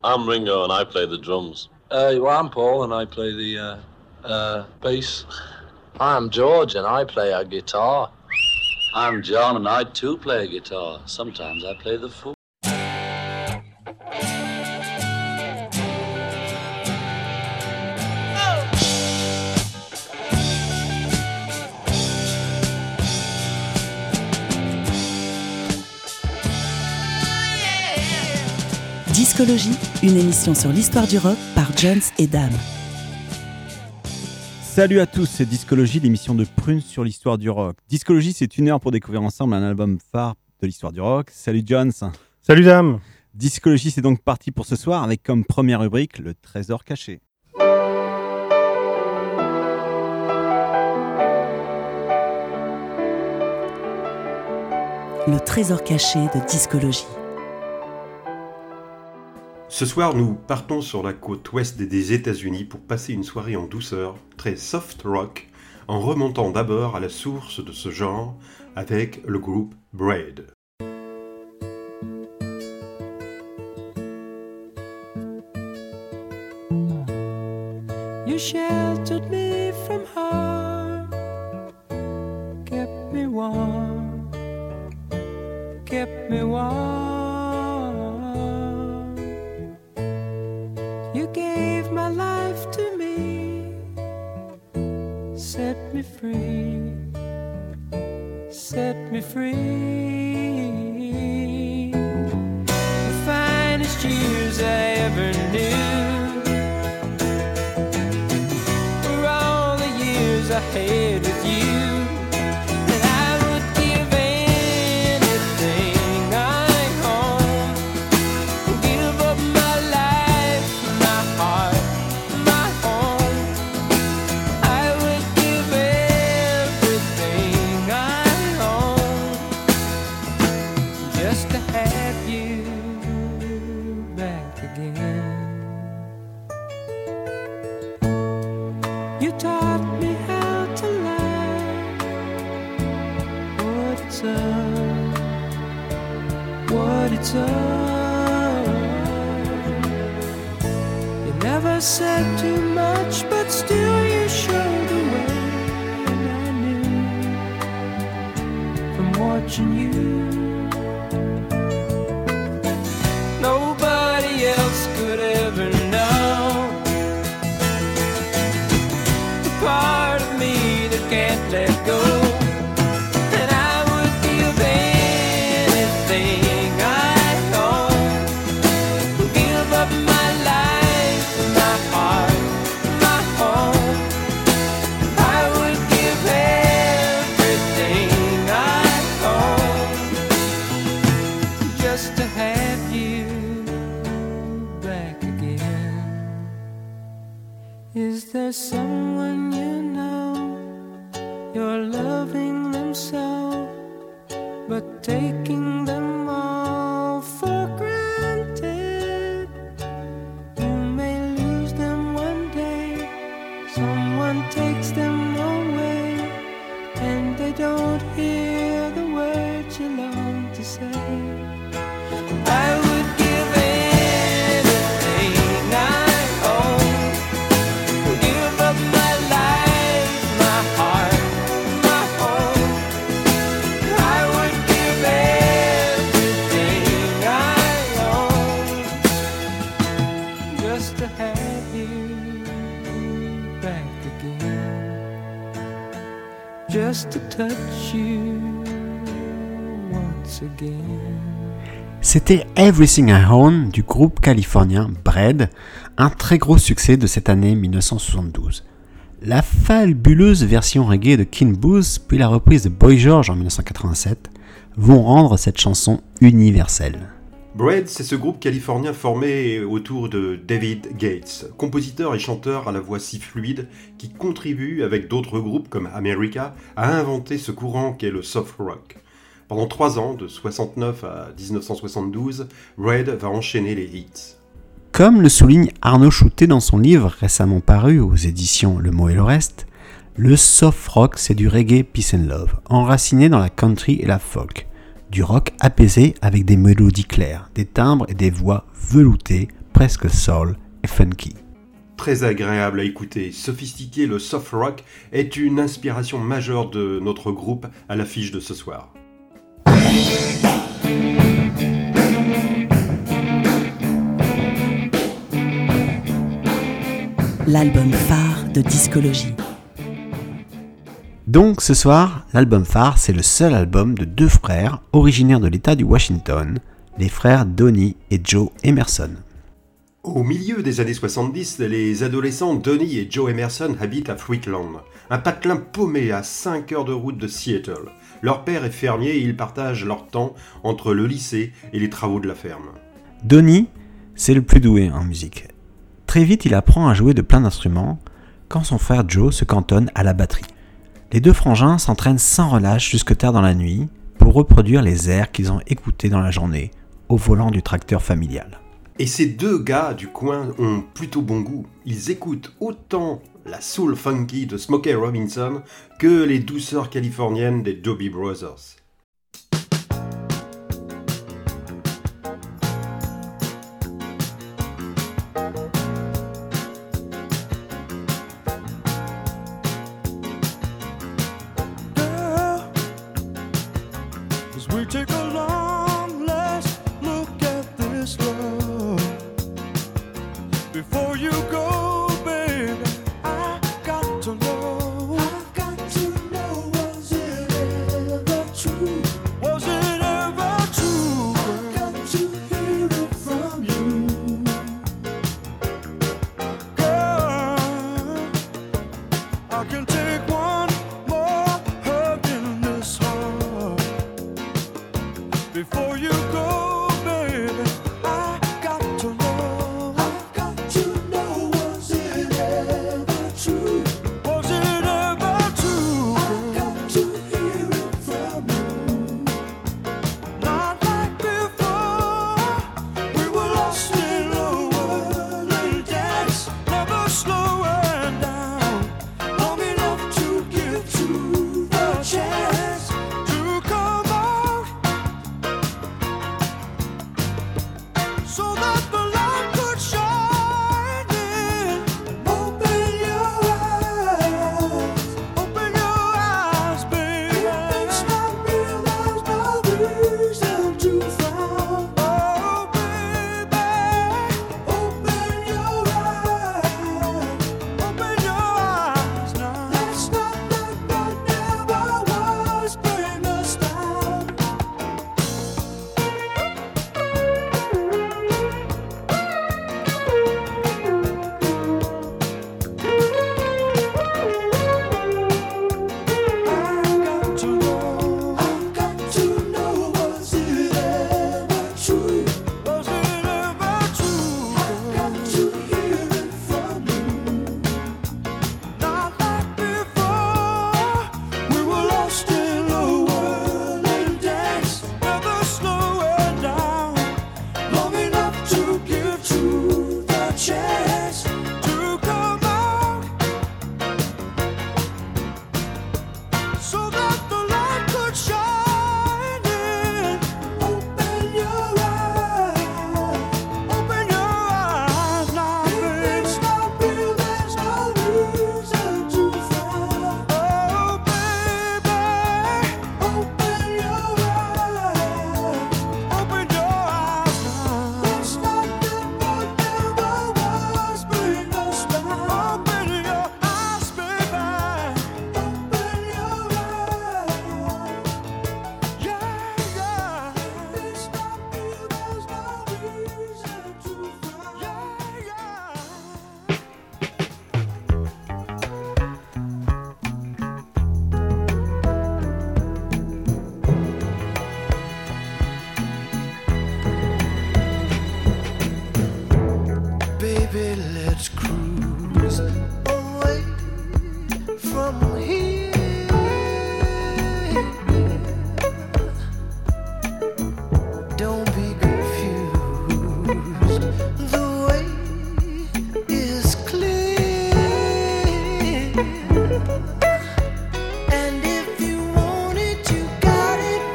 I'm Ringo and I play the drums. Well, I'm Paul and I play the bass. I'm George and I play a guitar. I'm John and I too play a guitar. Sometimes I play the fool. Discologie, une émission sur l'histoire du rock par Jones et Dame. Salut à tous, c'est Discologie, l'émission de Prune sur l'histoire du rock. Discologie, c'est une heure pour découvrir ensemble un album phare de l'histoire du rock. Salut Jones. Salut Dame. Discologie, c'est donc parti pour ce soir avec comme première rubrique le trésor caché. Le trésor caché de Discologie. Ce soir, nous partons sur la côte ouest des États-Unis pour passer une soirée en douceur, très soft rock, en remontant d'abord à la source de ce genre avec le groupe Bread. You sheltered me from harm, kept me warm, kept me warm. You gave my life to me, set me free, set me free. The finest years I ever knew were all the years I had with you. And I would give anything I own, give up my life, my heart, my home. I would give everything I own just to have you back again. You taught me how to love, what it's all. You never said too much, but still you showed the way. And I knew from watching you, nobody else could ever know the part of me that can't let go. And I would give anything I own, give up my life, my heart, my home. I would give everything I own just to have you back again. Is there someone you know, you're loving them so, but taking them all for granted? You may lose them one day, someone takes them away, and they don't hear the words you long to say. I would give anything I own, give up my life, my heart, my home. I would give everything I own just to have you back again, just to touch you once again. C'était Everything I Own du groupe californien Bread, un très gros succès de cette année 1972. La fabuleuse version reggae de King Booth puis la reprise de Boy George en 1987 vont rendre cette chanson universelle. Bread, c'est ce groupe californien formé autour de David Gates, compositeur et chanteur à la voix si fluide qui contribue avec d'autres groupes comme America à inventer ce courant qu'est le soft rock. Pendant 3 ans, de 69 à 1972, Bread va enchaîner les hits. Comme le souligne Arnaud Choutet dans son livre récemment paru aux éditions Le Mot et le Reste, le soft rock c'est du reggae peace and love, enraciné dans la country et la folk, du rock apaisé avec des mélodies claires, des timbres et des voix veloutées, presque soul et funky. Très agréable à écouter, sophistiqué, le soft rock est une inspiration majeure de notre groupe à l'affiche de ce soir. L'album phare de Discologie. Donc ce soir, l'album phare, c'est le seul album de deux frères originaires de l'État du Washington, les frères Donnie et Joe Emerson. Au milieu des années 70, les adolescents Donnie et Joe Emerson habitent à Fruitland, un patelin paumé à 5 heures de route de Seattle. Leur père est fermier et ils partagent leur temps entre le lycée et les travaux de la ferme. Donnie, c'est le plus doué en musique. Très vite, il apprend à jouer de plein d'instruments, quand son frère Joe se cantonne à la batterie. Les deux frangins s'entraînent sans relâche jusque tard dans la nuit pour reproduire les airs qu'ils ont écoutés dans la journée au volant du tracteur familial. Et ces deux gars du coin ont plutôt bon goût. Ils écoutent autant la soul funky de Smokey Robinson que les douceurs californiennes des Doobie Brothers.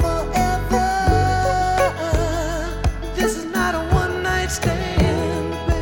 Stand, baby.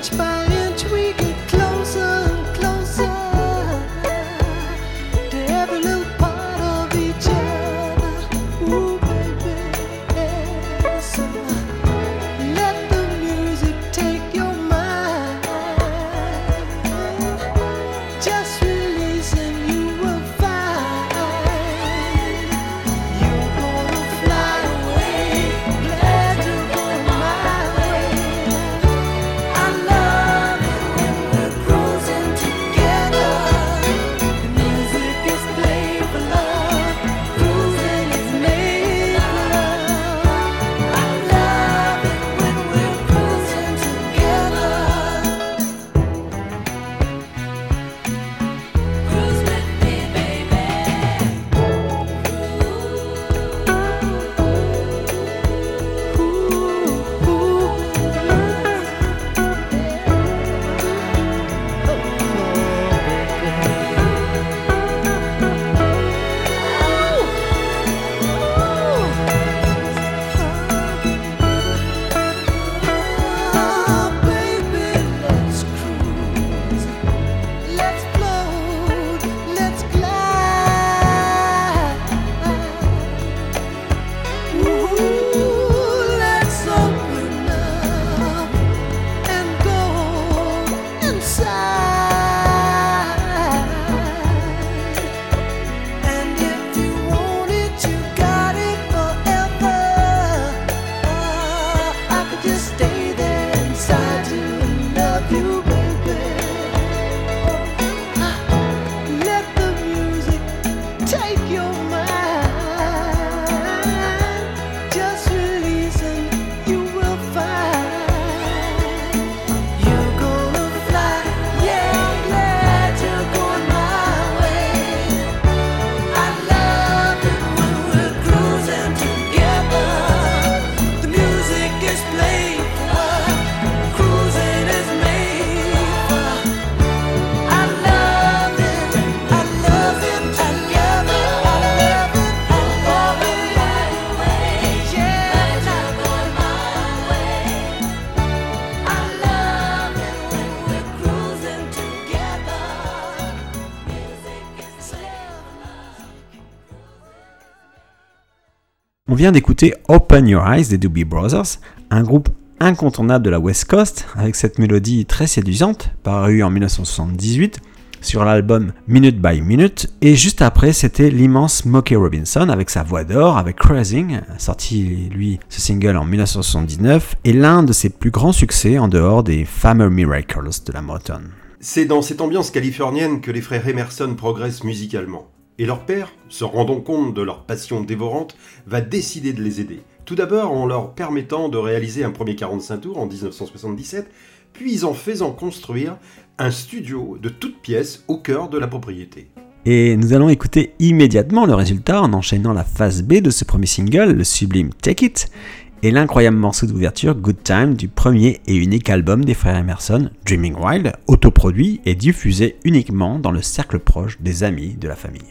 On vient d'écouter Open Your Eyes des Doobie Brothers, un groupe incontournable de la West Coast, avec cette mélodie très séduisante, parue en 1978 sur l'album Minute by Minute, et juste après c'était l'immense Smokey Robinson avec sa voix d'or, avec Cruising, sorti lui ce single en 1979, et l'un de ses plus grands succès en dehors des fameux Miracles de la Motown. C'est dans cette ambiance californienne que les frères Emerson progressent musicalement. Et leur père, se rendant compte de leur passion dévorante, va décider de les aider. Tout d'abord en leur permettant de réaliser un premier 45 tours en 1977, puis en faisant construire un studio de toutes pièces au cœur de la propriété. Et nous allons écouter immédiatement le résultat en enchaînant la phase B de ce premier single, le sublime Take It, et l'incroyable morceau d'ouverture Good Time du premier et unique album des frères Emerson, Dreaming Wild, autoproduit et diffusé uniquement dans le cercle proche des amis de la famille.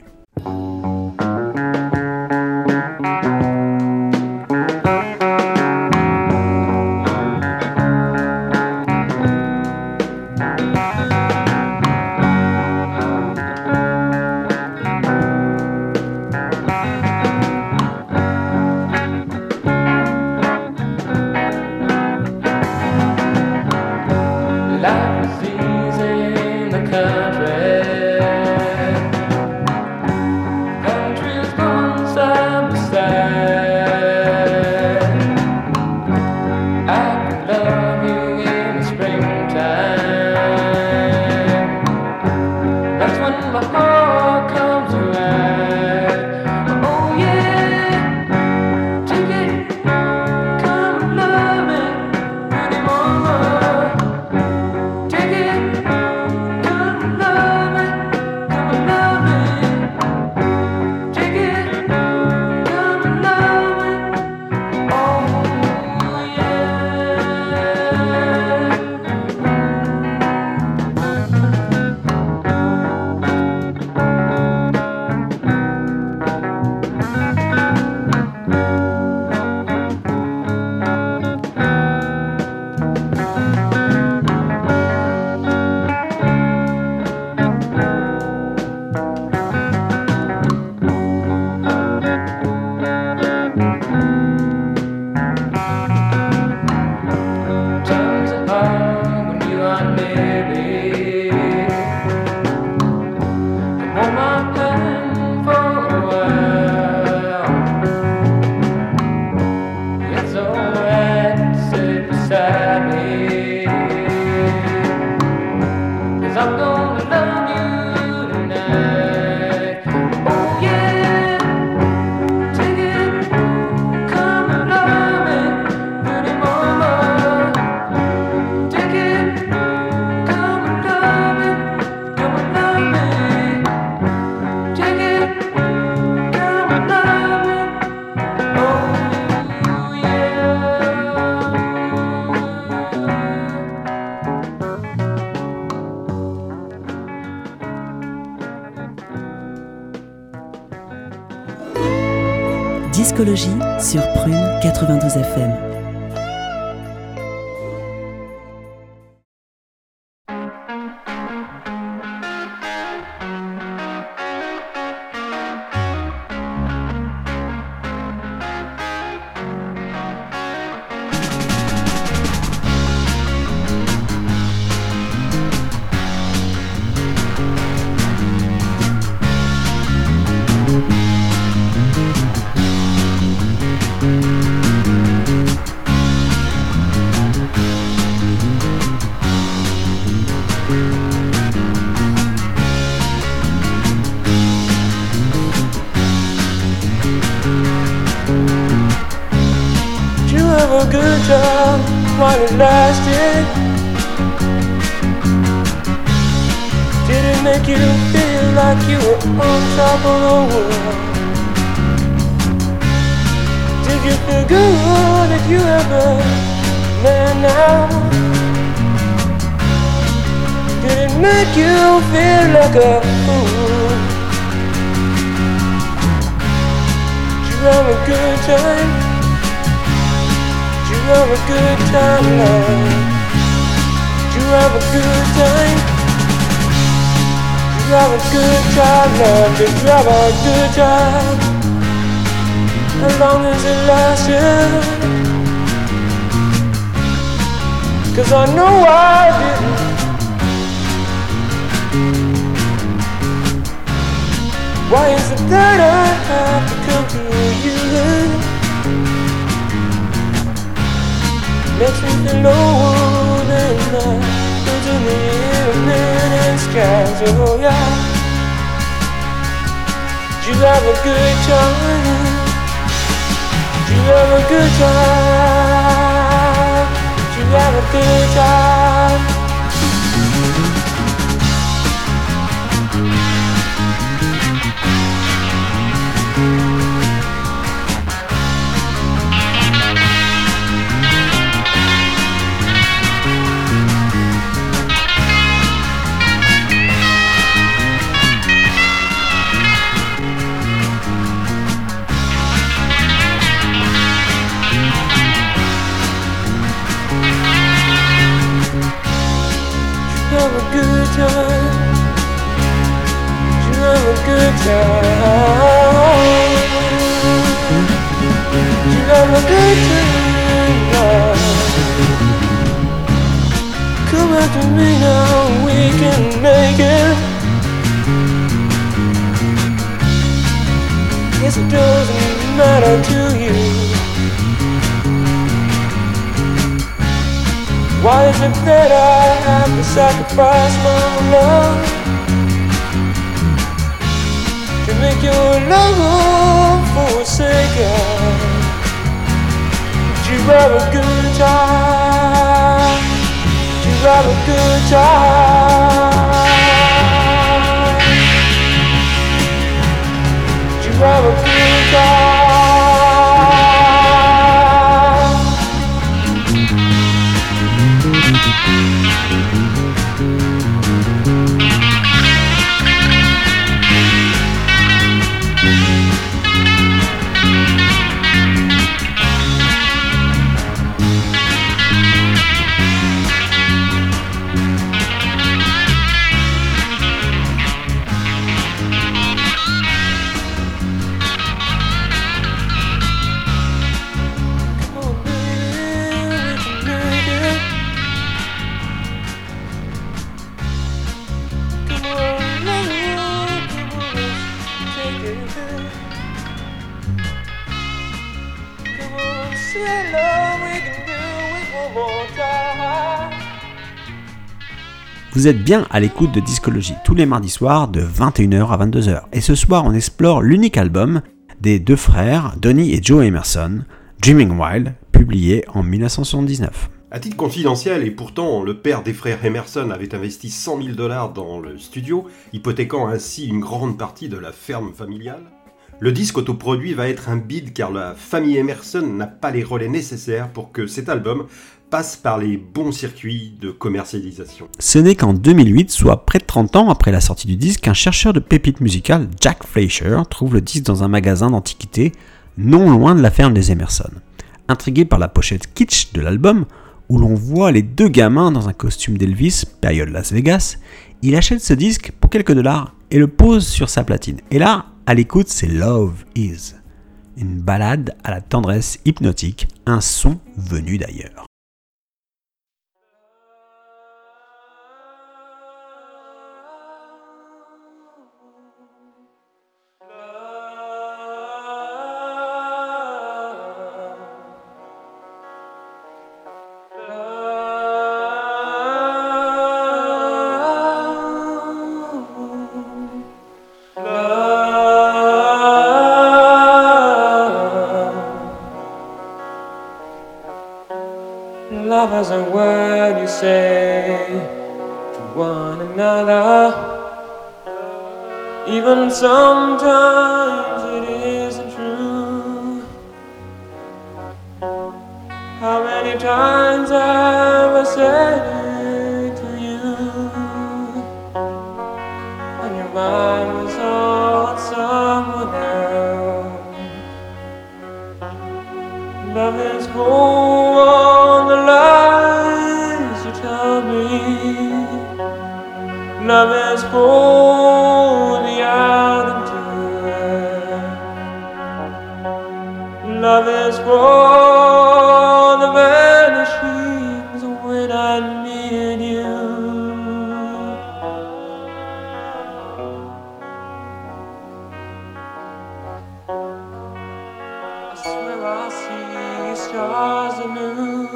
Take it I'm gonna love you tonight. Oh yeah, take it, come and love me, pretty mama. Take it, come and love me, come and love me. Take it, come and love me. Oh yeah. Discologie sur Prune 92 FM. Did you have a good time while it lasted? Did it make you feel like you were on top of the world? Did you feel good if you ever man now? Did it make you feel like a fool? Did you have a good time? Did you have a good time now? Did you have a good time? Did you have a good time now? Did you have a good time? As long as it lasted. 'Cause I know I didn't. Why is it that I have to come to you? Makes me feel lower than the birds in the evening skies. Oh yeah. Did you have a good time? Did you have a good time? Did you have a good time? Have a good time. You have a good time. You have a good time now. Come back to me now, we can make it. Yes, it doesn't matter to you. Why is it that I have to sacrifice my love to make your love forsaken? Did you have a good time? Did you have a good time? Did you have a good time? Vous êtes bien à l'écoute de Discologie tous les mardis soirs de 21h à 22h. Et ce soir, on explore l'unique album des deux frères, Donny et Joe Emerson, Dreaming Wild, publié en 1979. À titre confidentiel, et pourtant le père des frères Emerson avait investi $100 000 dans le studio, hypothéquant ainsi une grande partie de la ferme familiale, le disque autoproduit va être un bide car la famille Emerson n'a pas les relais nécessaires pour que cet album passe par les bons circuits de commercialisation. Ce n'est qu'en 2008, soit près de 30 ans après la sortie du disque, qu'un chercheur de pépites musicales, Jack Fleischer, trouve le disque dans un magasin d'antiquités non loin de la ferme des Emerson. Intrigué par la pochette kitsch de l'album, où l'on voit les deux gamins dans un costume d'Elvis, période Las Vegas, il achète ce disque pour quelques dollars et le pose sur sa platine. Et là, à l'écoute, c'est Love Is, une ballade à la tendresse hypnotique, un son venu d'ailleurs. Love is a word you say to one another. Even sometimes it isn't true. How many times have I said it to you? And your mind was on someone else. Love is for all the lies you tell me. Love is for the out into it. Love is for the vanishings when I need you. I swear I see stars anew.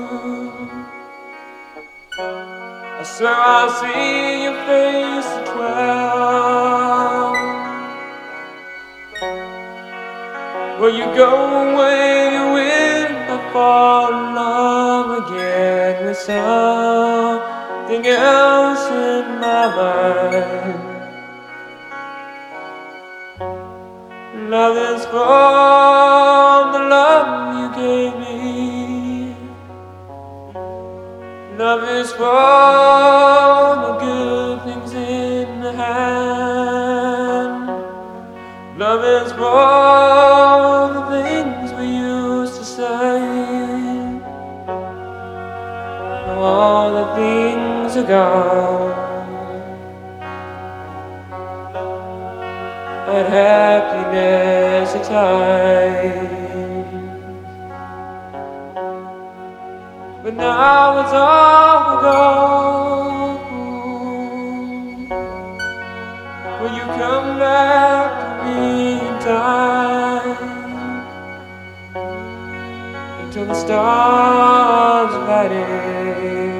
I swear I see your face at 12. Will you go away if I fall in love again with something else in my mind? Love is from the love you gave me. Love is from the good things in the hand. Love is from the things we used to say. Now all the things are gone, and happiness at times. But now it's all gone. Will you come back to me in time? Until the stars lighting.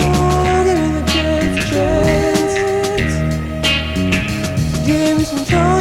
Give me some time.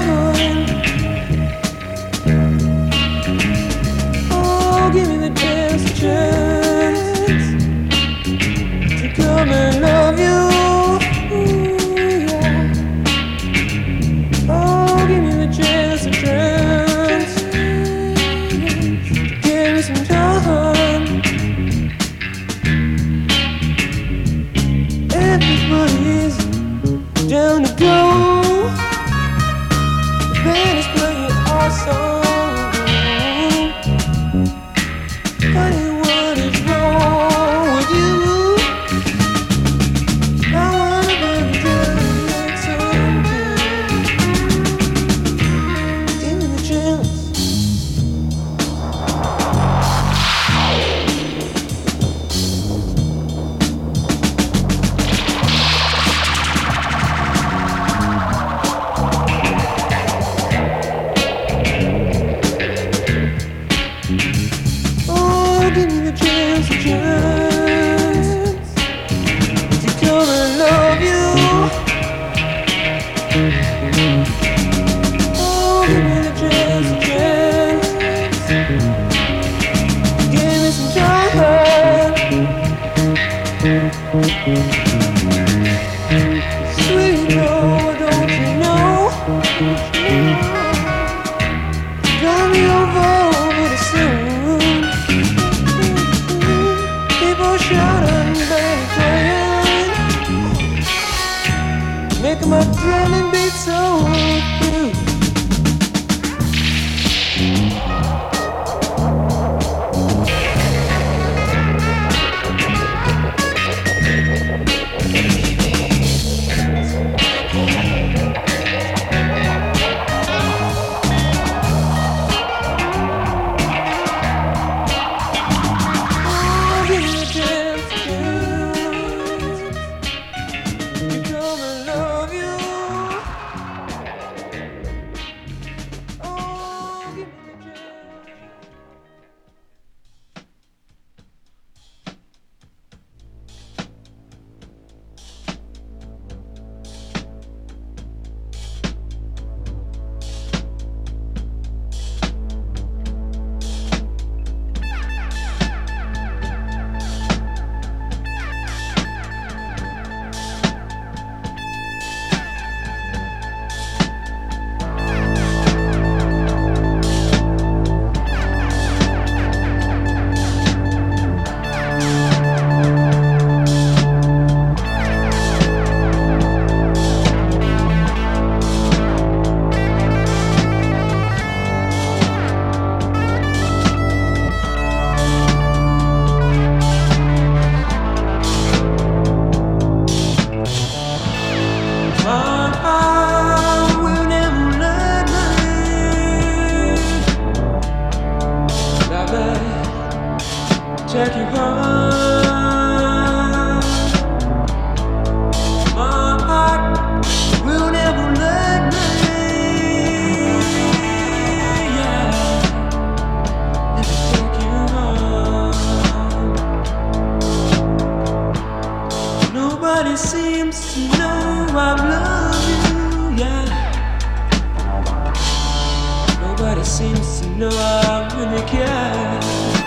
seems to know I really care.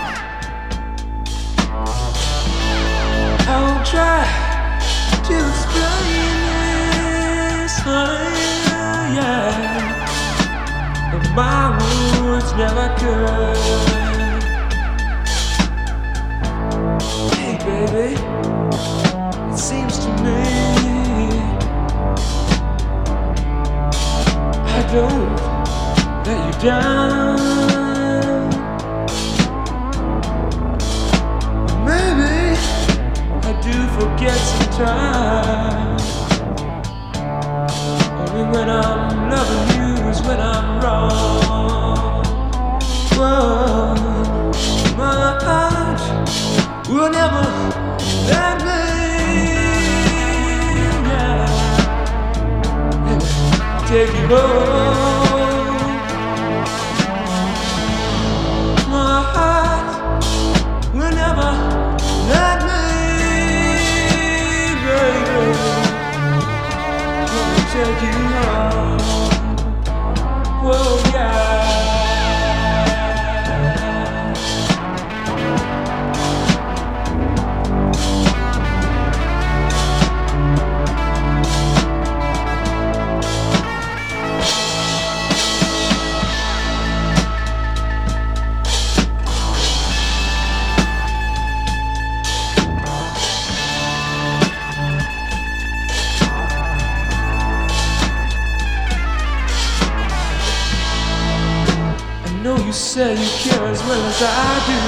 I will try to explain this, yeah, but my words never could. Hey baby, it seems to me I don't let you down. Maybe I do forget sometimes. Only when I'm loving you is when I'm wrong. Whoa, my heart will never let me. Yeah. Take you home. My heart will never let me, baby. Gonna take you home. Whoa, yeah. You say you care as well as I do.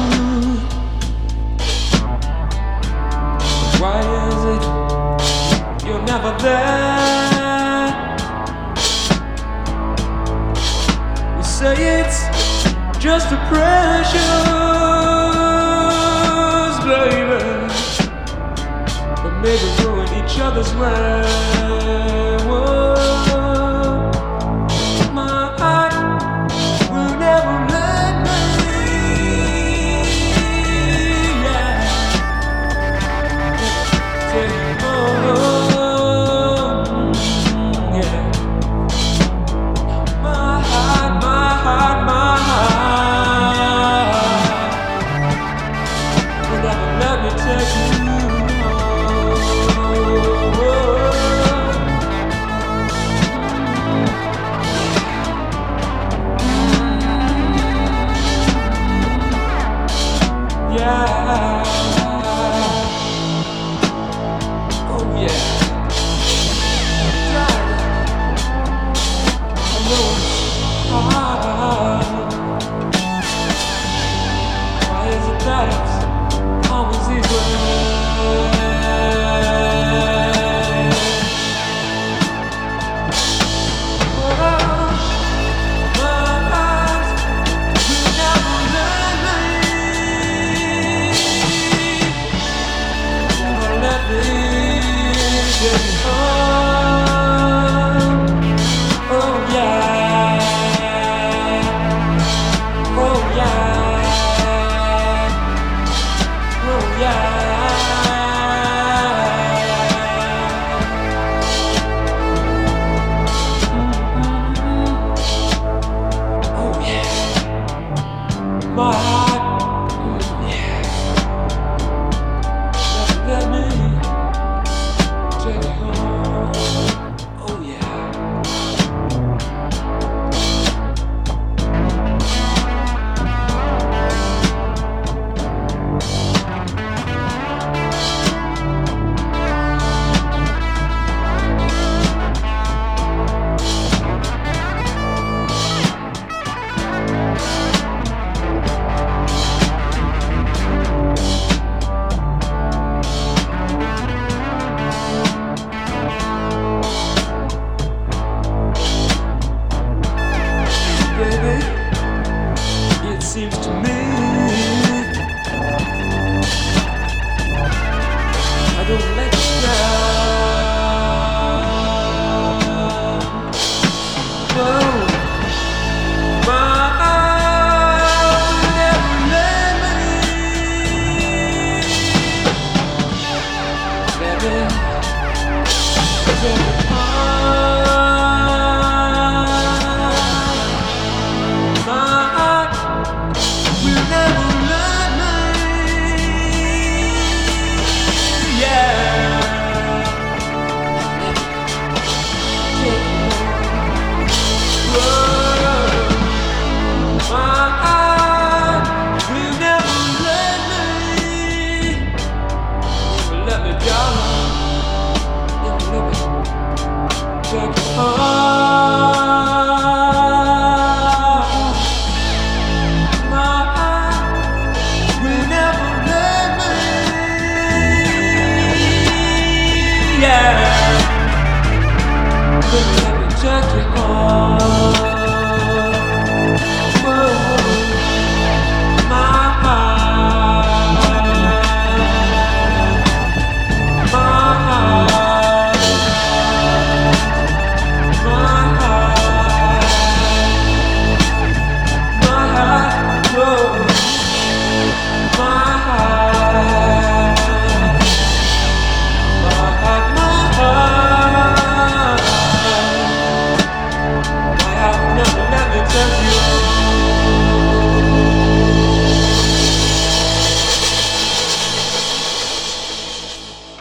Why is it you're never there? You say it's just the pressures, baby, but maybe ruin each other's way. Whoa.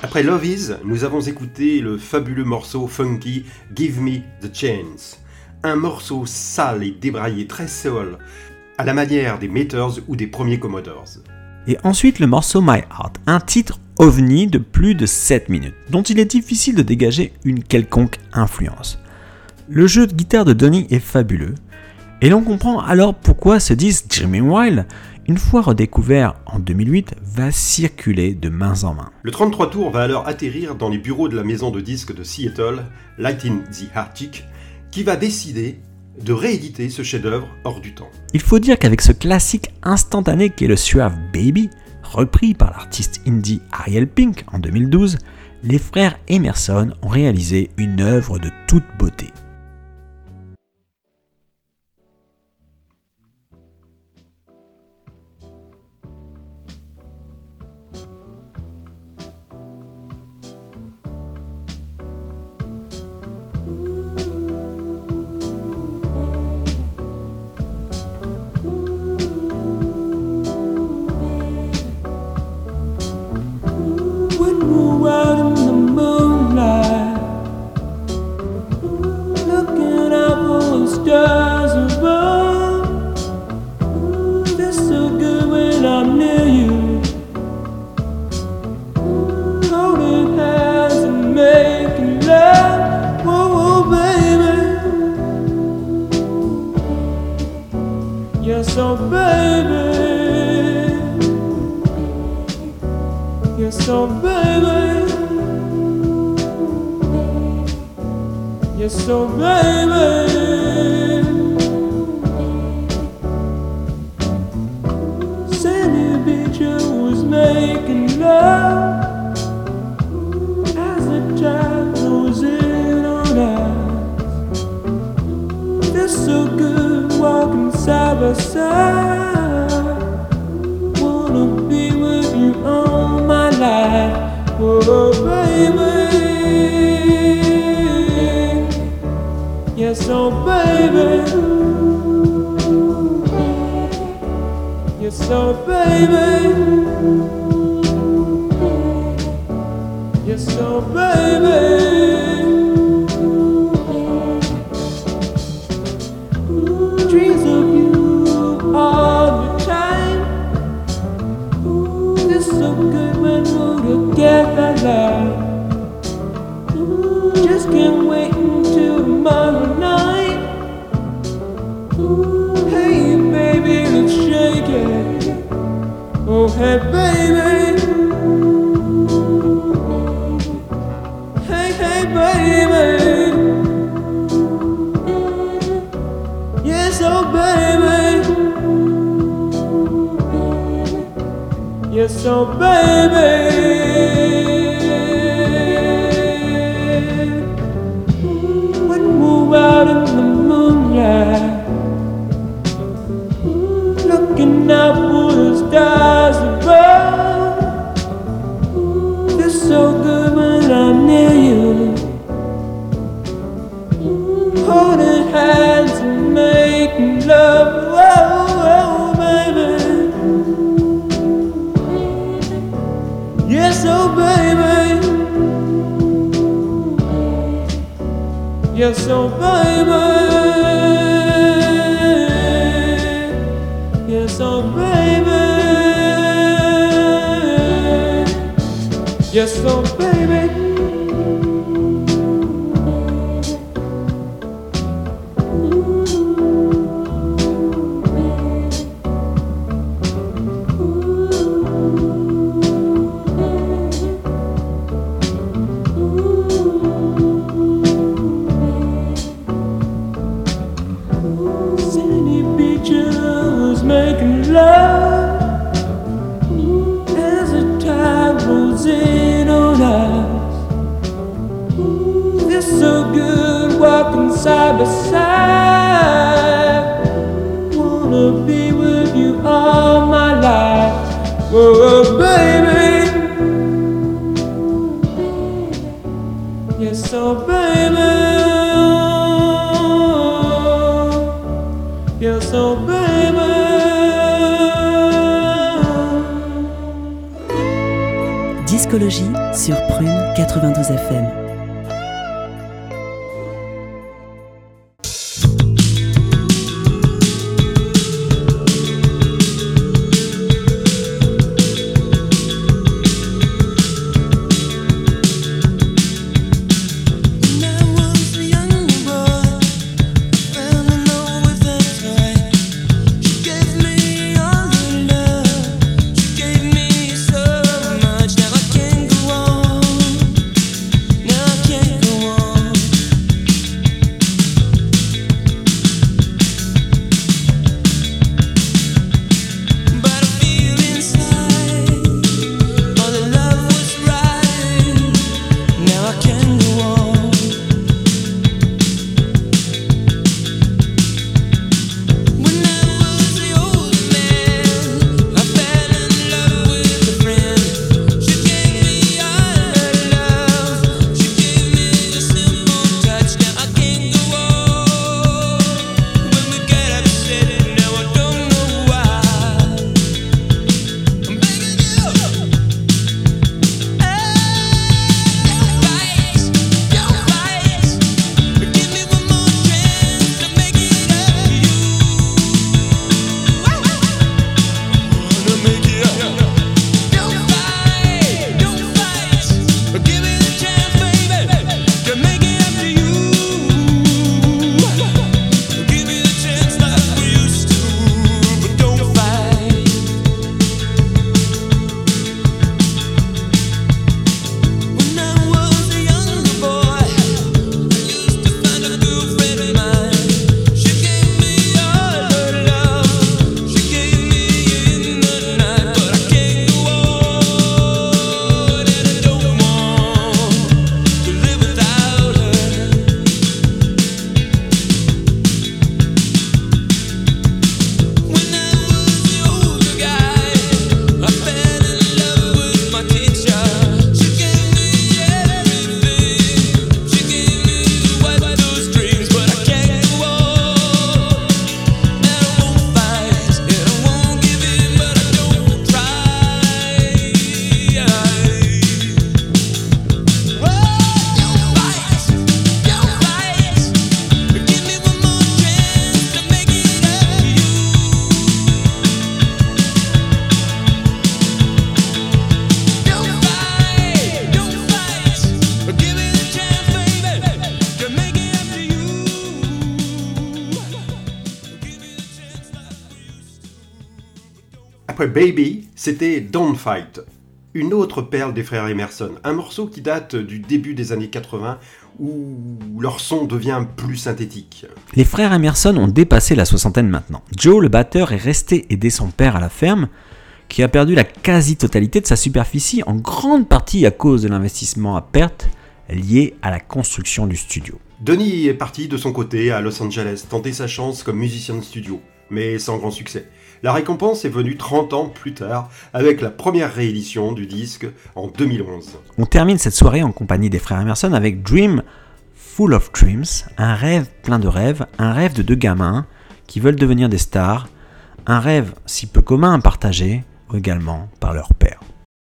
Après Love Is, nous avons écouté le fabuleux morceau funky Give Me the Chance. Un morceau sale et débraillé très soul, à la manière des Meters ou des premiers Commodores. Et ensuite le morceau My Heart, un titre ovni de plus de 7 minutes, dont il est difficile de dégager une quelconque influence. Le jeu de guitare de Donny est fabuleux, et l'on comprend alors pourquoi ce disque Dreaming Wild, une fois redécouvert en 2008, va circuler de main en main. Le 33 tours va alors atterrir dans les bureaux de la maison de disques de Seattle, Light in the Attic, qui va décider de rééditer ce chef-d'œuvre hors du temps. Il faut dire qu'avec ce classique instantané qu'est le Suave Baby, repris par l'artiste indie Ariel Pink en 2012, les frères Emerson ont réalisé une œuvre de toute beauté. Discologie sur Prune 92 FM. Après Baby, c'était Don't Fight, une autre perle des frères Emerson, un morceau qui date du début des années 80 où leur son devient plus synthétique. Les frères Emerson ont dépassé la soixantaine maintenant. Joe, le batteur, est resté aider son père à la ferme, qui a perdu la quasi-totalité de sa superficie, en grande partie à cause de l'investissement à perte lié à la construction du studio. Donnie est parti de son côté à Los Angeles tenter sa chance comme musicien de studio, mais sans grand succès. La récompense est venue 30 ans plus tard avec la première réédition du disque en 2011. On termine cette soirée en compagnie des frères Emerson avec Dream Full of Dreams, un rêve plein de rêves, un rêve de deux gamins qui veulent devenir des stars, un rêve si peu commun à partager également par leur père.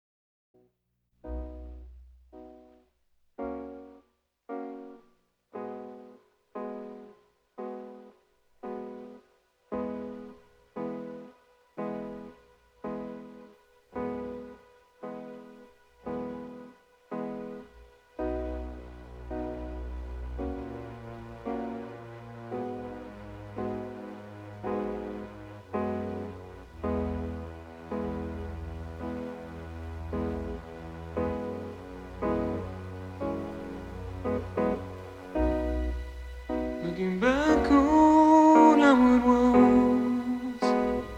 Looking back on how it was,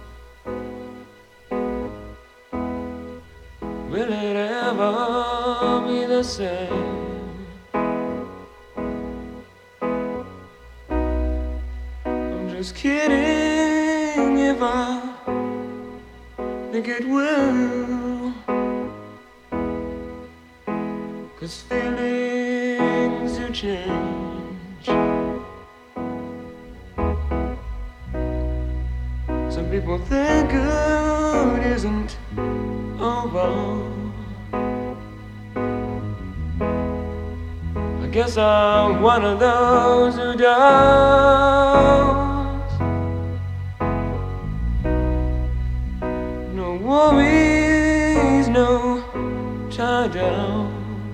will it ever be the same? I'm just kidding if I think it will, 'cause feelings do change. Some people think good isn't over. Guess I'm one of those who does. No worries, no tie down.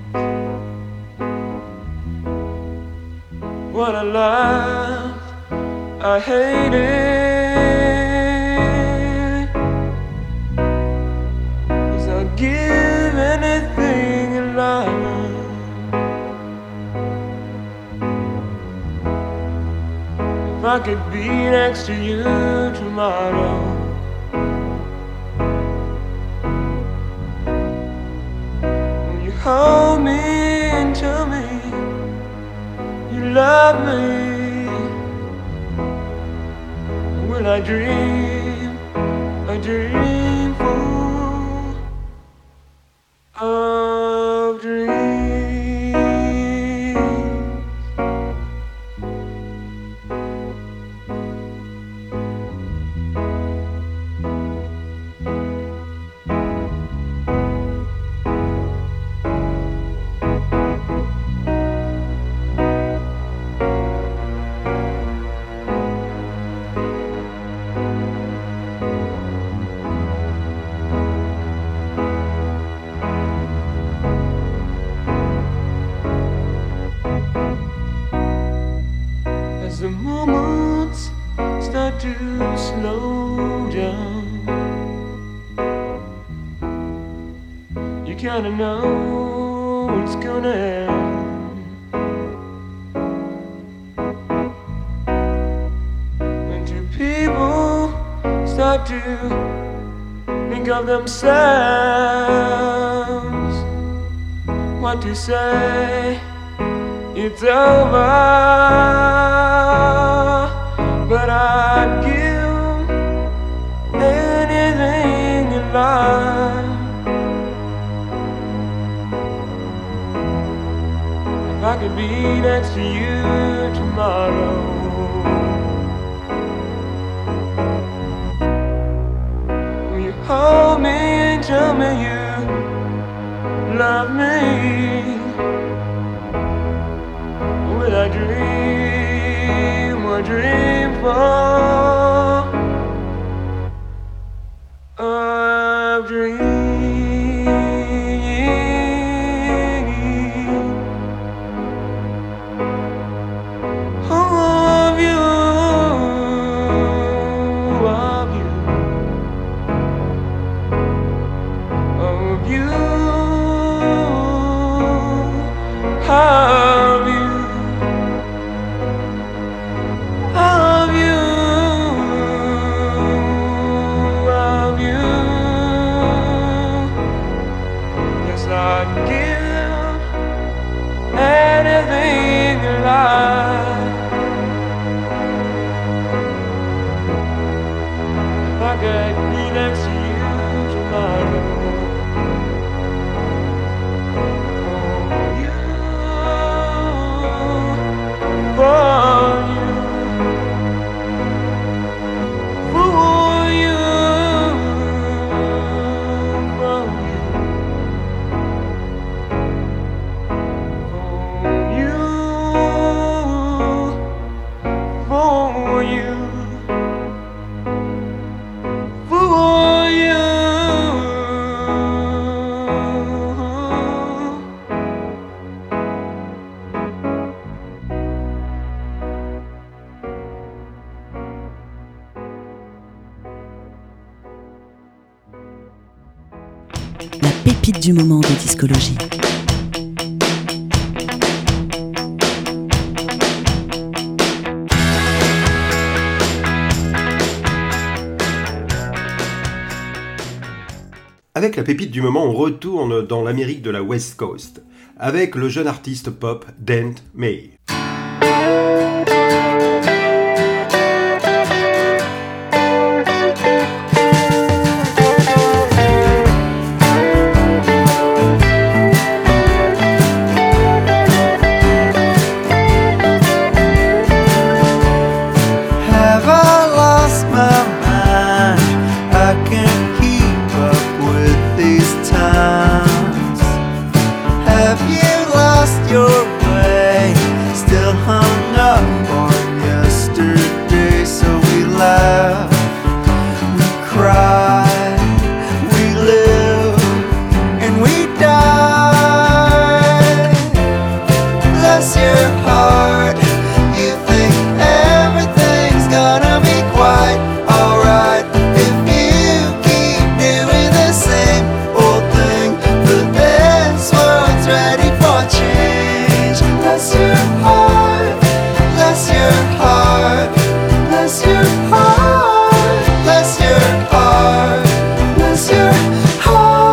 What a life, I hate it. 'Cause I'd give anything in life. If I could be next to you tomorrow. Will you hold me and tell me you love me? Will I dream a dream full of dreams? As the moments start to slow down, you kinda know what's gonna end. When two people start to think of themselves, what to say, it's over. But I'd give anything in life if I could be next to you tomorrow. Will you hold me and tell me you love me? Will I dream a dream full of dreams? Of you, of you, of you, of you. I'd give anything in life if I could be next to you tomorrow. For you, for you, for you. La pépite du moment de discologie. Avec la pépite du moment, on retourne dans l'Amérique de la West Coast, avec le jeune artiste pop Dent May. Have you lost your way? Bless your heart, bless your heart, bless your heart.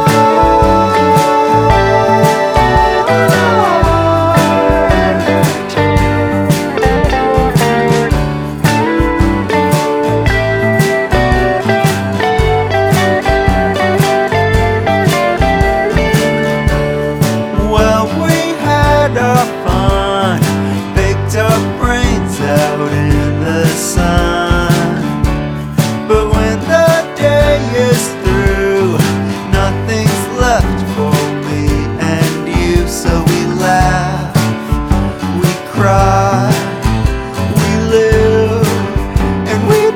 Well, we had our fun, baked our brains out in the sun. But when the day is through, nothing's left for me and you. So we laugh, we cry, we live, and we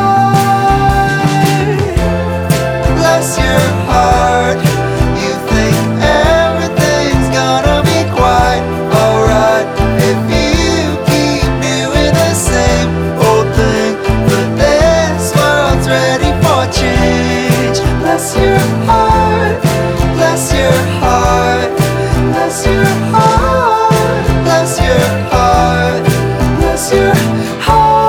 die. Bless your heart, you think everything's gonna be quite alright if you keep doing the same old thing. But this world's ready for change. Bless your heart, bless your heart, bless your heart, bless your heart, bless your heart.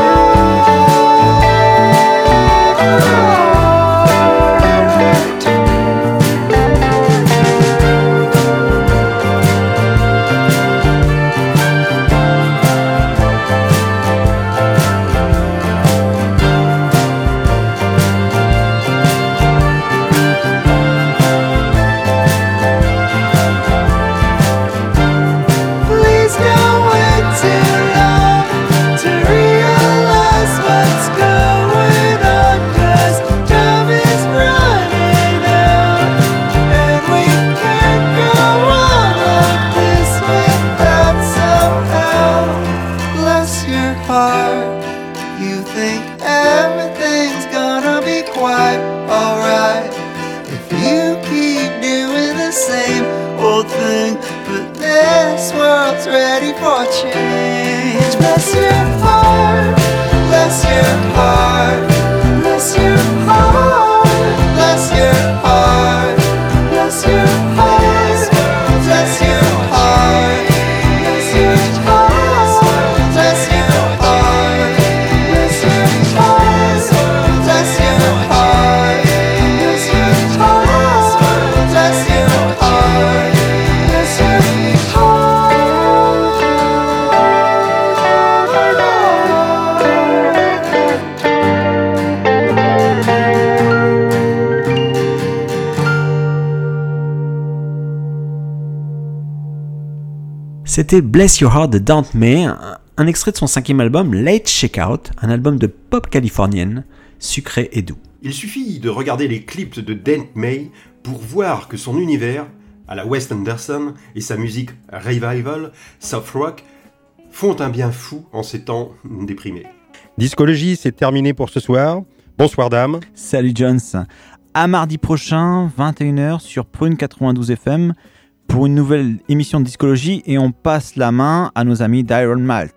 Please don't wait too long to realize what's going on, 'cause time is running out, and we can't go on like this without some help. Bless your heart, you think everything's gonna be quite alright if you keep doing the same old thing. But this world's ready for change. Bless your heart, bless your heart, bless your heart, bless your heart, bless your heart, bless your heart, bless your heart, bless your heart, bless your heart, bless your heart, bless your heart, bless your heart, bless your C'était Bless Your Heart de Dante May, un extrait de son 5e album Late Checkout, un album de pop californienne, sucré et doux. Il suffit de regarder les clips de Dante May pour voir que son univers, à la Wes Anderson, et sa musique revival, soft rock, font un bien fou en ces temps déprimés. Discologie, c'est terminé pour ce soir. Bonsoir dames. Salut Jones. À mardi prochain, 21h sur Prune 92 FM pour une nouvelle émission de discologie et on passe la main à nos amis d'Iron Malt.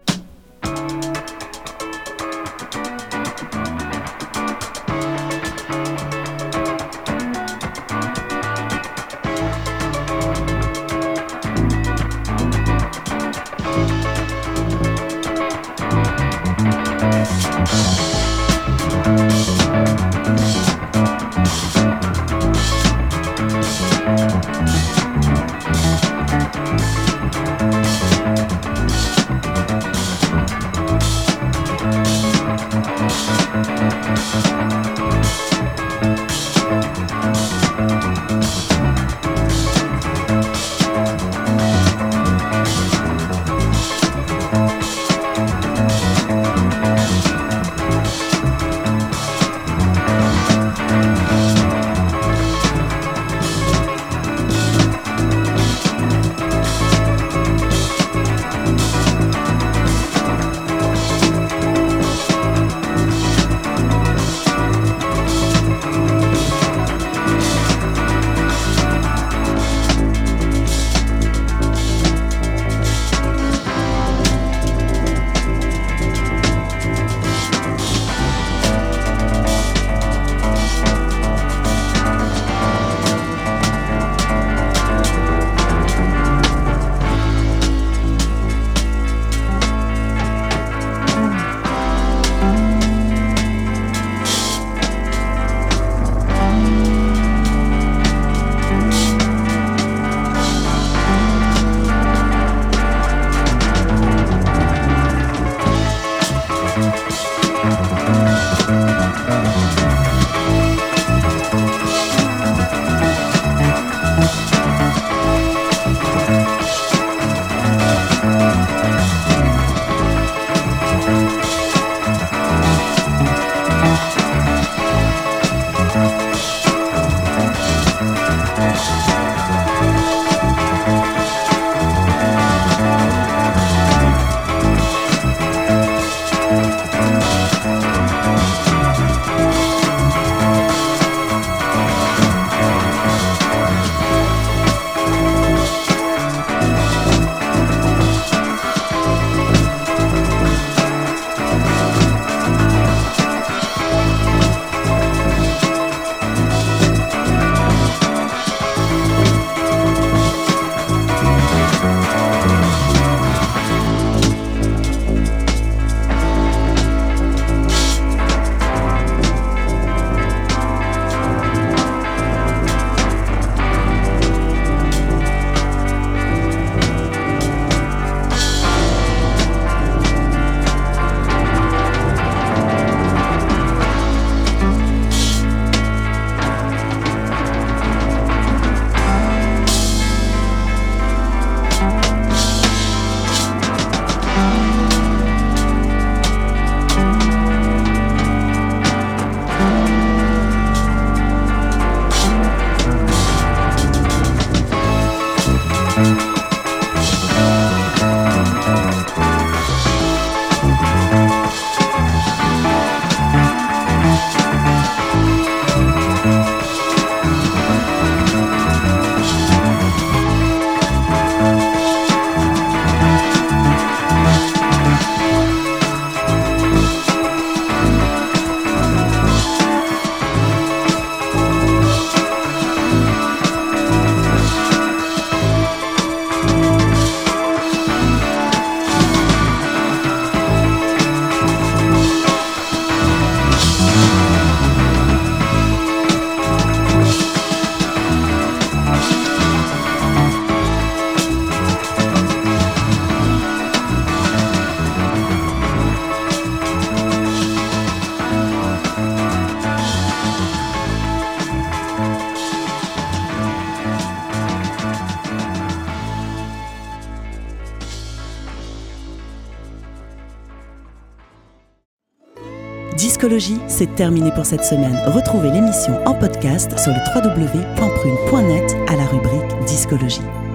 Discologie, c'est terminé pour cette semaine. Retrouvez l'émission en podcast sur le www.prune.net à la rubrique Discologie.